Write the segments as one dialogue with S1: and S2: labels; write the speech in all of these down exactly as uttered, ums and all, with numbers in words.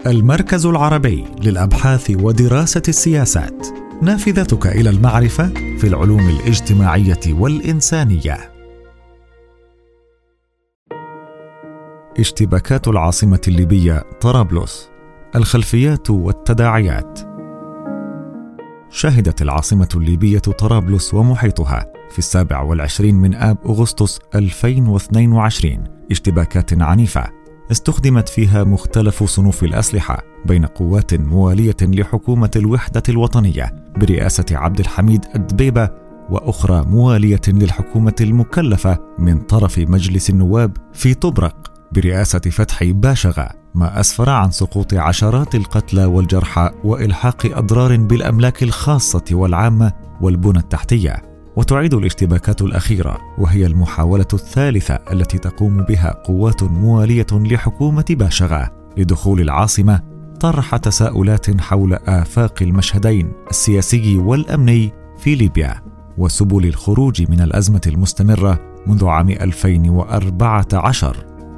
S1: المركز العربي للأبحاث ودراسة السياسات، نافذتك إلى المعرفة في العلوم الاجتماعية والإنسانية. اشتباكات العاصمة الليبية طرابلس، الخلفيات والتداعيات. شهدت العاصمة الليبية طرابلس ومحيطها في السابع والعشرين من آب أغسطس ألفين واثنين وعشرين اشتباكات عنيفة استخدمت فيها مختلف صنوف الأسلحة بين قوات موالية لحكومة الوحدة الوطنية برئاسة عبد الحميد الدبيبة وأخرى موالية للحكومة المكلفة من طرف مجلس النواب في طبرق برئاسة فتحي باشغا، ما أسفر عن سقوط عشرات القتلى والجرحى وإلحاق أضرار بالأملاك الخاصة والعامة والبنى التحتية. وتعيد الاشتباكات الأخيرة، وهي المحاولة الثالثة التي تقوم بها قوات موالية لحكومة باشغا لدخول العاصمة، طرح تساؤلات حول آفاق المشهدين السياسي والأمني في ليبيا وسبل الخروج من الأزمة المستمرة منذ عام ألفين وأربعة عشر.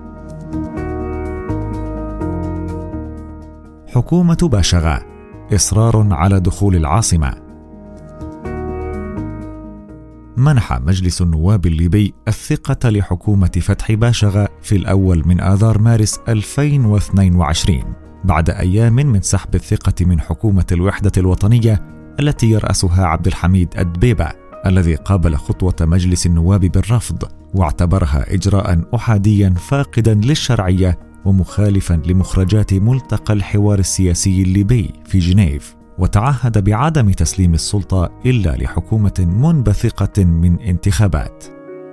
S1: حكومة باشغا، إصرار على دخول العاصمة. منح مجلس النواب الليبي الثقة لحكومة فتحي باشغا في الأول من آذار مارس ألفين واثنين وعشرين بعد أيام من سحب الثقة من حكومة الوحدة الوطنية التي يرأسها عبد الحميد الدبيبة، الذي قابل خطوة مجلس النواب بالرفض واعتبرها إجراء أحاديا فاقدا للشرعية ومخالفا لمخرجات ملتقى الحوار السياسي الليبي في جنيف، وتعهد بعدم تسليم السلطة إلا لحكومة منبثقة من انتخابات.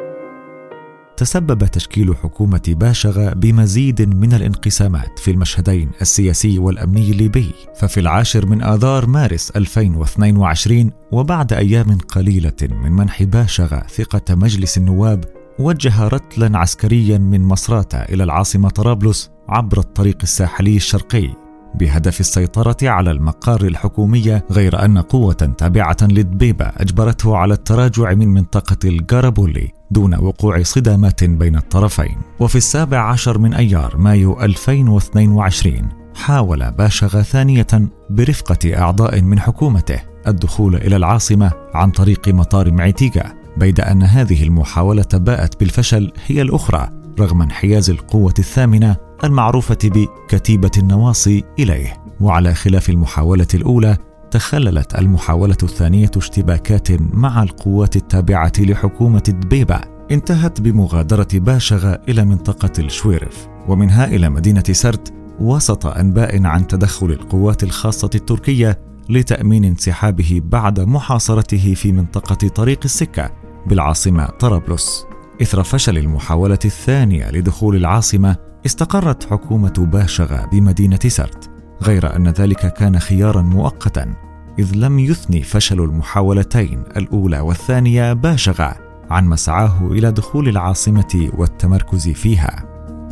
S1: تسبب تشكيل حكومة باشغا بمزيد من الانقسامات في المشهدين السياسي والأمني الليبي، ففي العاشر من آذار مارس ألفين واثنين وعشرين وبعد أيام قليلة من منح باشغا ثقة مجلس النواب، وجه رتلا عسكريا من مصراتة إلى العاصمة طرابلس عبر الطريق الساحلي الشرقي بهدف السيطرة على المقار الحكومية، غير أن قوة تابعة للدبيبة أجبرته على التراجع من منطقة الجارابولي دون وقوع صدامات بين الطرفين. وفي السابع عشر من أيار مايو ألفين واثنين وعشرين حاول باشغا ثانية برفقة أعضاء من حكومته الدخول إلى العاصمة عن طريق مطار معيتيغا، بيد أن هذه المحاولة باءت بالفشل هي الأخرى رغم انحياز القوة الثامنة المعروفة بكتيبة النواصي إليه. وعلى خلاف المحاولة الأولى، تخللت المحاولة الثانية اشتباكات مع القوات التابعة لحكومة الدبيبة انتهت بمغادرة باشغا إلى منطقة الشويرف ومنها إلى مدينة سرت، وسط أنباء عن تدخل القوات الخاصة التركية لتأمين انسحابه بعد محاصرته في منطقة طريق السكة بالعاصمة طرابلس. إثر فشل المحاولة الثانية لدخول العاصمة، استقرت حكومة باشغا بمدينة سرت، غير أن ذلك كان خيارا مؤقتا إذ لم يثني فشل المحاولتين الأولى والثانية باشغا عن مسعاه إلى دخول العاصمة والتمركز فيها.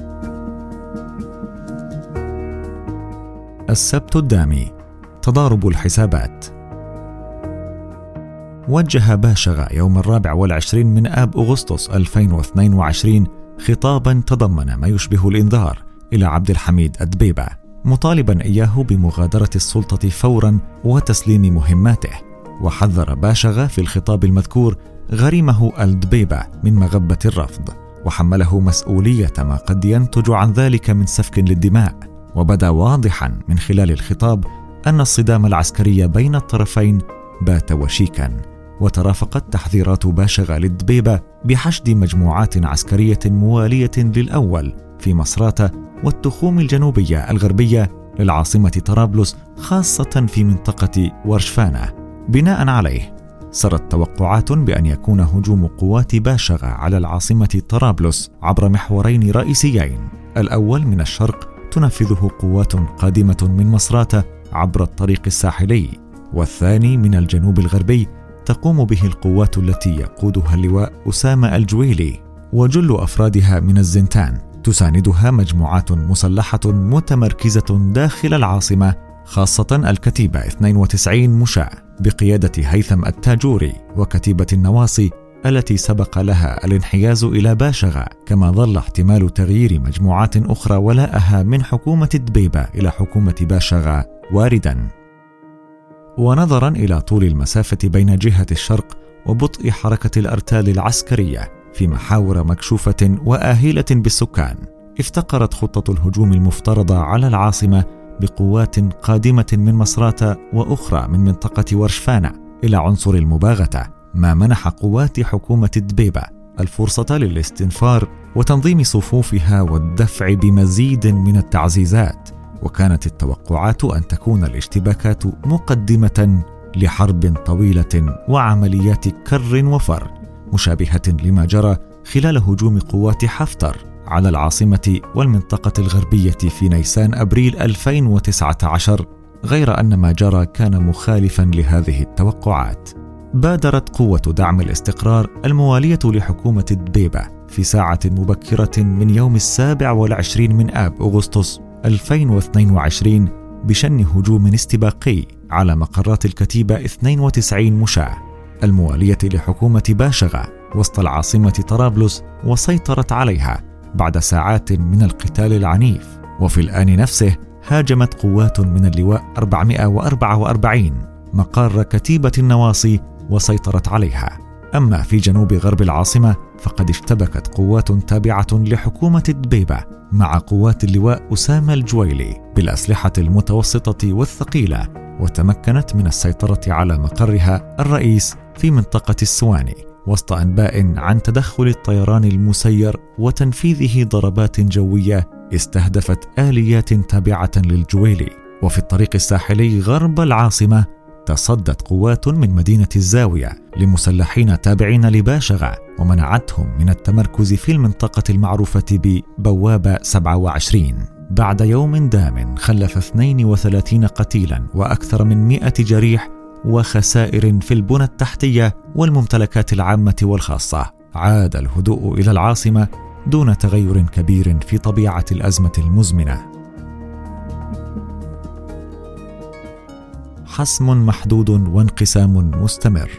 S1: السبت الدامي، تضارب الحسابات. وجه باشغا يوم الرابع والعشرين من آب أغسطس ألفين واثنين وعشرين خطابا تضمن ما يشبه الإنذار إلى عبد الحميد الدبيبة، مطالبا إياه بمغادرة السلطة فورا وتسليم مهماته. وحذر باشغا في الخطاب المذكور غريمه الدبيبة من مغبة الرفض، وحمله مسؤولية ما قد ينتج عن ذلك من سفك للدماء. وبدا واضحا من خلال الخطاب أن الصدام العسكري بين الطرفين بات وشيكا، وترافقت تحذيرات باشغا للدبيبة بحشد مجموعات عسكرية موالية للأول في مصراتة والتخوم الجنوبية الغربية للعاصمة طرابلس، خاصة في منطقة ورشفانة. بناء عليه سرت توقعات بأن يكون هجوم قوات باشغا على العاصمة طرابلس عبر محورين رئيسيين، الأول من الشرق تنفذه قوات قادمة من مصراتة عبر الطريق الساحلي، والثاني من الجنوب الغربي تقوم به القوات التي يقودها اللواء أسامة الجويلي وجل أفرادها من الزنتان، تساندها مجموعات مسلحة متمركزة داخل العاصمة، خاصة الكتيبة اثنين وتسعين مشاة بقيادة هيثم التاجوري وكتيبة النواصي التي سبق لها الانحياز إلى باشغا، كما ظل احتمال تغيير مجموعات أخرى ولاءها من حكومة دبيبة إلى حكومة باشغا وارداً. ونظراً إلى طول المسافة بين جهة الشرق وبطء حركة الأرتال العسكرية في محاور مكشوفة وآهلة بالسكان، افتقرت خطة الهجوم المفترضة على العاصمة بقوات قادمة من مصراتة وأخرى من منطقة ورشفانة إلى عنصر المباغتة، ما منح قوات حكومة دبيبة الفرصة للاستنفار وتنظيم صفوفها والدفع بمزيد من التعزيزات. وكانت التوقعات أن تكون الاشتباكات مقدمة لحرب طويلة وعمليات كر وفر مشابهة لما جرى خلال هجوم قوات حفتر على العاصمة والمنطقة الغربية في نيسان أبريل ألفين وتسعة عشر، غير أن ما جرى كان مخالفا لهذه التوقعات. بادرت قوة دعم الاستقرار الموالية لحكومة دبيبة في ساعة مبكرة من يوم السابع والعشرين من آب أغسطس ألفين واثنين وعشرين بشن هجوم استباقي على مقرات الكتيبة اثنين وتسعين مشاة الموالية لحكومة باشغا وسط العاصمة طرابلس، وسيطرت عليها بعد ساعات من القتال العنيف. وفي الآن نفسه هاجمت قوات من اللواء أربعمائة وأربعة وأربعين مقر كتيبة النواصي وسيطرت عليها. أما في جنوب غرب العاصمة فقد اشتبكت قوات تابعة لحكومة دبيبة مع قوات اللواء أسامة الجويلي بالأسلحة المتوسطة والثقيلة، وتمكنت من السيطرة على مقرها الرئيس في منطقة السواني وسط أنباء عن تدخل الطيران المسير وتنفيذه ضربات جوية استهدفت آليات تابعة للجويلي. وفي الطريق الساحلي غرب العاصمة تصدت قوات من مدينة الزاوية لمسلحين تابعين لباشغا ومنعتهم من التمركز في المنطقة المعروفة ببوابة سبعة وعشرين بعد يوم دام خلف اثنين وثلاثين قتيلا وأكثر من مئة جريح وخسائر في البنى التحتية والممتلكات العامة والخاصة. عاد الهدوء إلى العاصمة دون تغير كبير في طبيعة الأزمة المزمنة. حسم محدود وانقسام مستمر.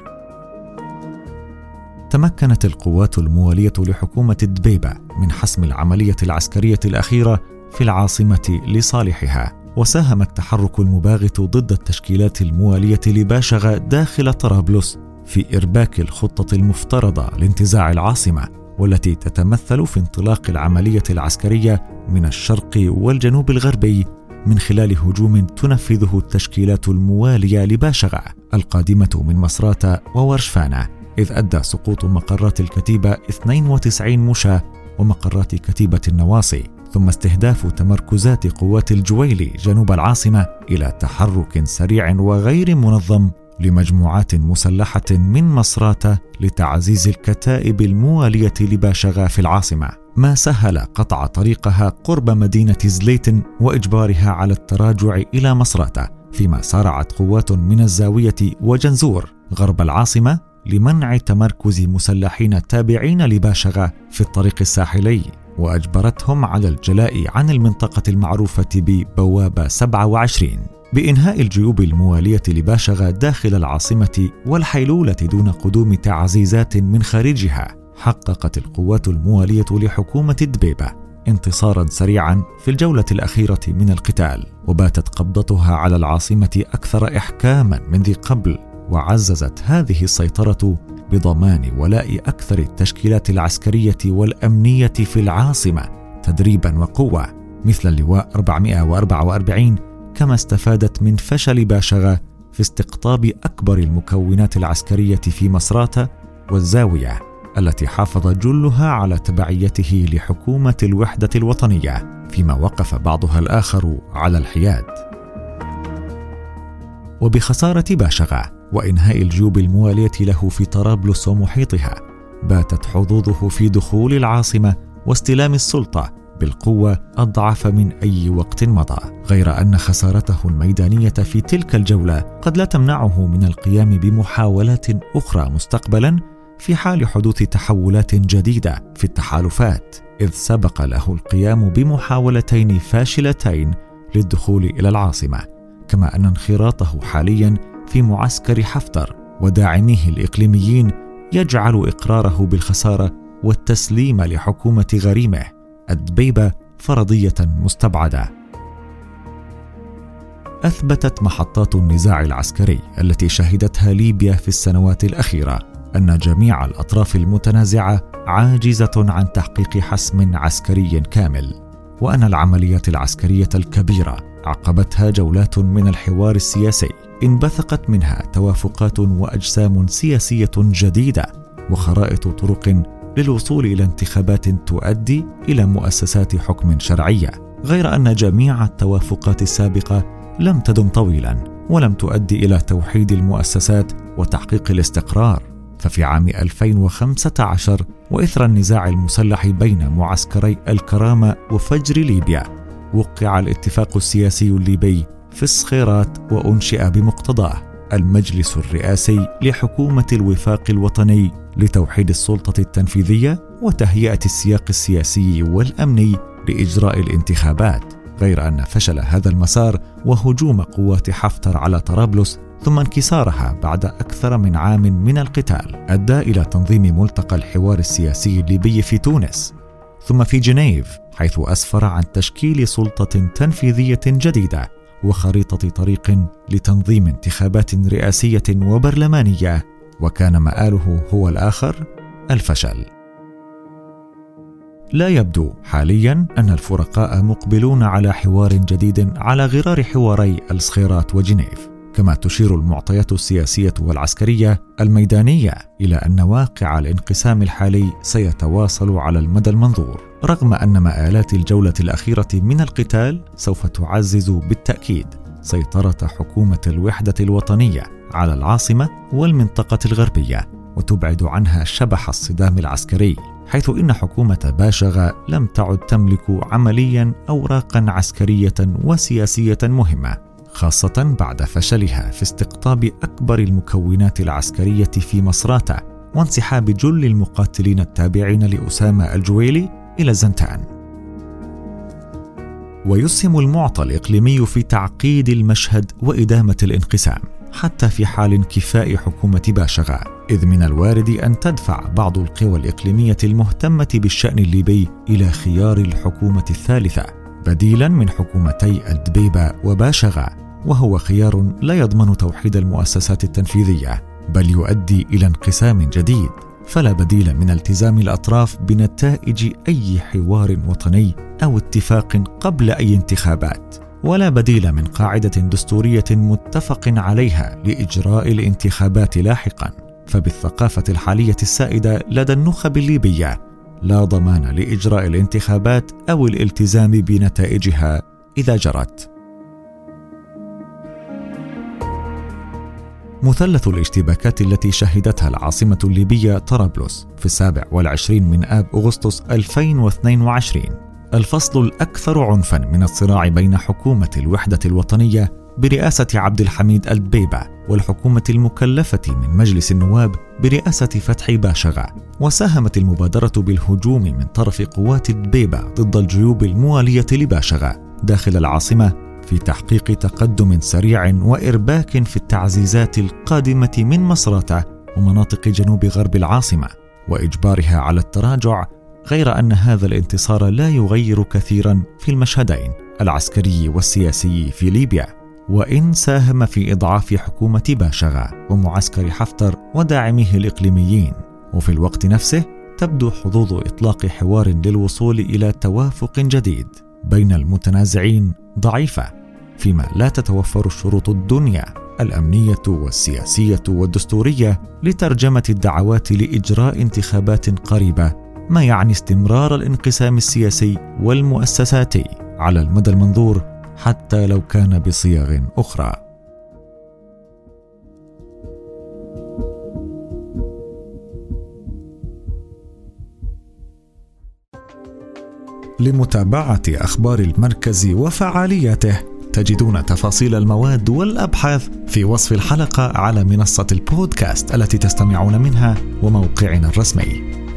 S1: تمكنت القوات الموالية لحكومة دبيبة من حسم العملية العسكرية الأخيرة في العاصمة لصالحها، وساهم التحرك المباغت ضد التشكيلات الموالية لباشغا داخل طرابلس في إرباك الخطة المفترضة لانتزاع العاصمة، والتي تتمثل في انطلاق العملية العسكرية من الشرق والجنوب الغربي من خلال هجوم تنفذه التشكيلات الموالية لباشغا القادمة من مصراتة وورشفانة، إذ أدى سقوط مقرات الكتيبة اثنين وتسعين مشاة ومقرات كتيبة النواصي، ثم استهداف تمركزات قوات الجويلي جنوب العاصمة إلى تحرك سريع وغير منظم لمجموعات مسلحة من مصراتة لتعزيز الكتائب الموالية لباشغا في العاصمة، ما سهل قطع طريقها قرب مدينة زليتن وإجبارها على التراجع إلى مصراتة، فيما سارعت قوات من الزاوية وجنزور غرب العاصمة لمنع تمركز مسلحين تابعين لباشغا في الطريق الساحلي، وأجبرتهم على الجلاء عن المنطقة المعروفة ببوابة سبعة وعشرين. بإنهاء الجيوب الموالية لباشغا داخل العاصمة والحيلولة دون قدوم تعزيزات من خارجها، حققت القوات الموالية لحكومة دبيبة انتصارا سريعا في الجولة الأخيرة من القتال، وباتت قبضتها على العاصمة أكثر إحكاما من ذي قبل، وعززت هذه السيطرة بضمان ولاء أكثر التشكيلات العسكرية والأمنية في العاصمة تدريبا وقوة مثل اللواء أربعمائة وأربعة وأربعين، كما استفادت من فشل باشغا في استقطاب أكبر المكونات العسكرية في مصراتة والزاوية التي حافظ جلها على تبعيته لحكومة الوحدة الوطنية، فيما وقف بعضها الآخر على الحياد. وبخسارة باشغا وإنهاء الجيوب الموالية له في طرابلس ومحيطها، باتت حظوظه في دخول العاصمة واستلام السلطة بالقوة أضعف من أي وقت مضى، غير أن خسارته الميدانية في تلك الجولة قد لا تمنعه من القيام بمحاولات أخرى مستقبلا في حال حدوث تحولات جديدة في التحالفات، إذ سبق له القيام بمحاولتين فاشلتين للدخول إلى العاصمة، كما أن انخراطه حاليا في معسكر حفتر وداعميه الإقليميين يجعل إقراره بالخسارة والتسليم لحكومة غريمه الدبيبة فرضية مستبعدة. أثبتت محطات النزاع العسكري التي شهدتها ليبيا في السنوات الأخيرة أن جميع الأطراف المتنازعة عاجزة عن تحقيق حسم عسكري كامل، وأن العمليات العسكرية الكبيرة عقبتها جولات من الحوار السياسي انبثقت منها توافقات وأجسام سياسية جديدة وخرائط طرق للوصول إلى انتخابات تؤدي إلى مؤسسات حكم شرعية، غير أن جميع التوافقات السابقة لم تدم طويلا ولم تؤدي إلى توحيد المؤسسات وتحقيق الاستقرار. ففي عام ألفين وخمسة عشر وإثر النزاع المسلح بين معسكري الكرامة وفجر ليبيا وقع الاتفاق السياسي الليبي في الصخيرات، وأنشئ بمقتضاه المجلس الرئاسي لحكومة الوفاق الوطني لتوحيد السلطة التنفيذية وتهيئة السياق السياسي والأمني لإجراء الانتخابات، غير أن فشل هذا المسار وهجوم قوات حفتر على طرابلس ثم انكسارها بعد أكثر من عام من القتال أدى إلى تنظيم ملتقى الحوار السياسي الليبي في تونس ثم في جنيف، حيث أسفر عن تشكيل سلطة تنفيذية جديدة وخريطة طريق لتنظيم انتخابات رئاسية وبرلمانية، وكان مآله هو الآخر الفشل. لا يبدو حاليا أن الفرقاء مقبلون على حوار جديد على غرار حواري الصخيرات وجنيف، كما تشير المعطيات السياسية والعسكرية الميدانية إلى أن واقع الانقسام الحالي سيتواصل على المدى المنظور، رغم أن مآلات الجولة الأخيرة من القتال سوف تعزز بالتأكيد سيطرة حكومة الوحدة الوطنية على العاصمة والمنطقة الغربية، وتبعد عنها شبح الصدام العسكري، حيث إن حكومة باشغ لم تعد تملك عمليا أوراقا عسكرية وسياسية مهمة، خاصة بعد فشلها في استقطاب أكبر المكونات العسكرية في مصراتة وانسحاب جل المقاتلين التابعين لأسامة الجويلي إلى زنتان. ويسهم المعطى الإقليمي في تعقيد المشهد وإدامة الانقسام حتى في حال انكفاء حكومة باشغ، إذ من الوارد أن تدفع بعض القوى الإقليمية المهتمة بالشأن الليبي إلى خيار الحكومة الثالثة بديلا من حكومتي الدبيبة وباشغ، وهو خيار لا يضمن توحيد المؤسسات التنفيذية بل يؤدي إلى انقسام جديد، فلا بديل من التزام الأطراف بنتائج أي حوار وطني أو اتفاق قبل أي انتخابات، ولا بديل من قاعدة دستورية متفق عليها لإجراء الانتخابات لاحقا. فبالثقافة الحالية السائدة لدى النخب الليبية لا ضمان لإجراء الانتخابات أو الالتزام بنتائجها إذا جرت. مثلث الاشتباكات التي شهدتها العاصمة الليبية طرابلس في السابع والعشرين من آب أغسطس ألفين واثنين وعشرين الفصل الأكثر عنفا من الصراع بين حكومة الوحدة الوطنية برئاسة عبد الحميد الدبيبة والحكومة المكلفة من مجلس النواب برئاسة فتحي باشغ. وساهمت المبادرة بالهجوم من طرف قوات الدبيبة ضد الجيوب الموالية لباشغ داخل العاصمة في تحقيق تقدم سريع وإرباك في التعزيزات القادمة من مصراتة ومناطق جنوب غرب العاصمة وإجبارها على التراجع، غير أن هذا الانتصار لا يغير كثيرا في المشهدين العسكري والسياسي في ليبيا، وإن ساهم في إضعاف حكومة باشغ ومعسكر حفتر وداعميه الإقليميين. وفي الوقت نفسه تبدو حظوظ إطلاق حوار للوصول إلى توافق جديد بين المتنازعين ضعيفة، فيما لا تتوفر الشروط الدنيا الأمنية والسياسية والدستورية لترجمة الدعوات لإجراء انتخابات قريبة، ما يعني استمرار الانقسام السياسي والمؤسساتي على المدى المنظور حتى لو كان بصيغ أخرى. لمتابعة أخبار المركز وفعالياته تجدون تفاصيل المواد والأبحاث في وصف الحلقة على منصة البودكاست التي تستمعون منها وموقعنا الرسمي.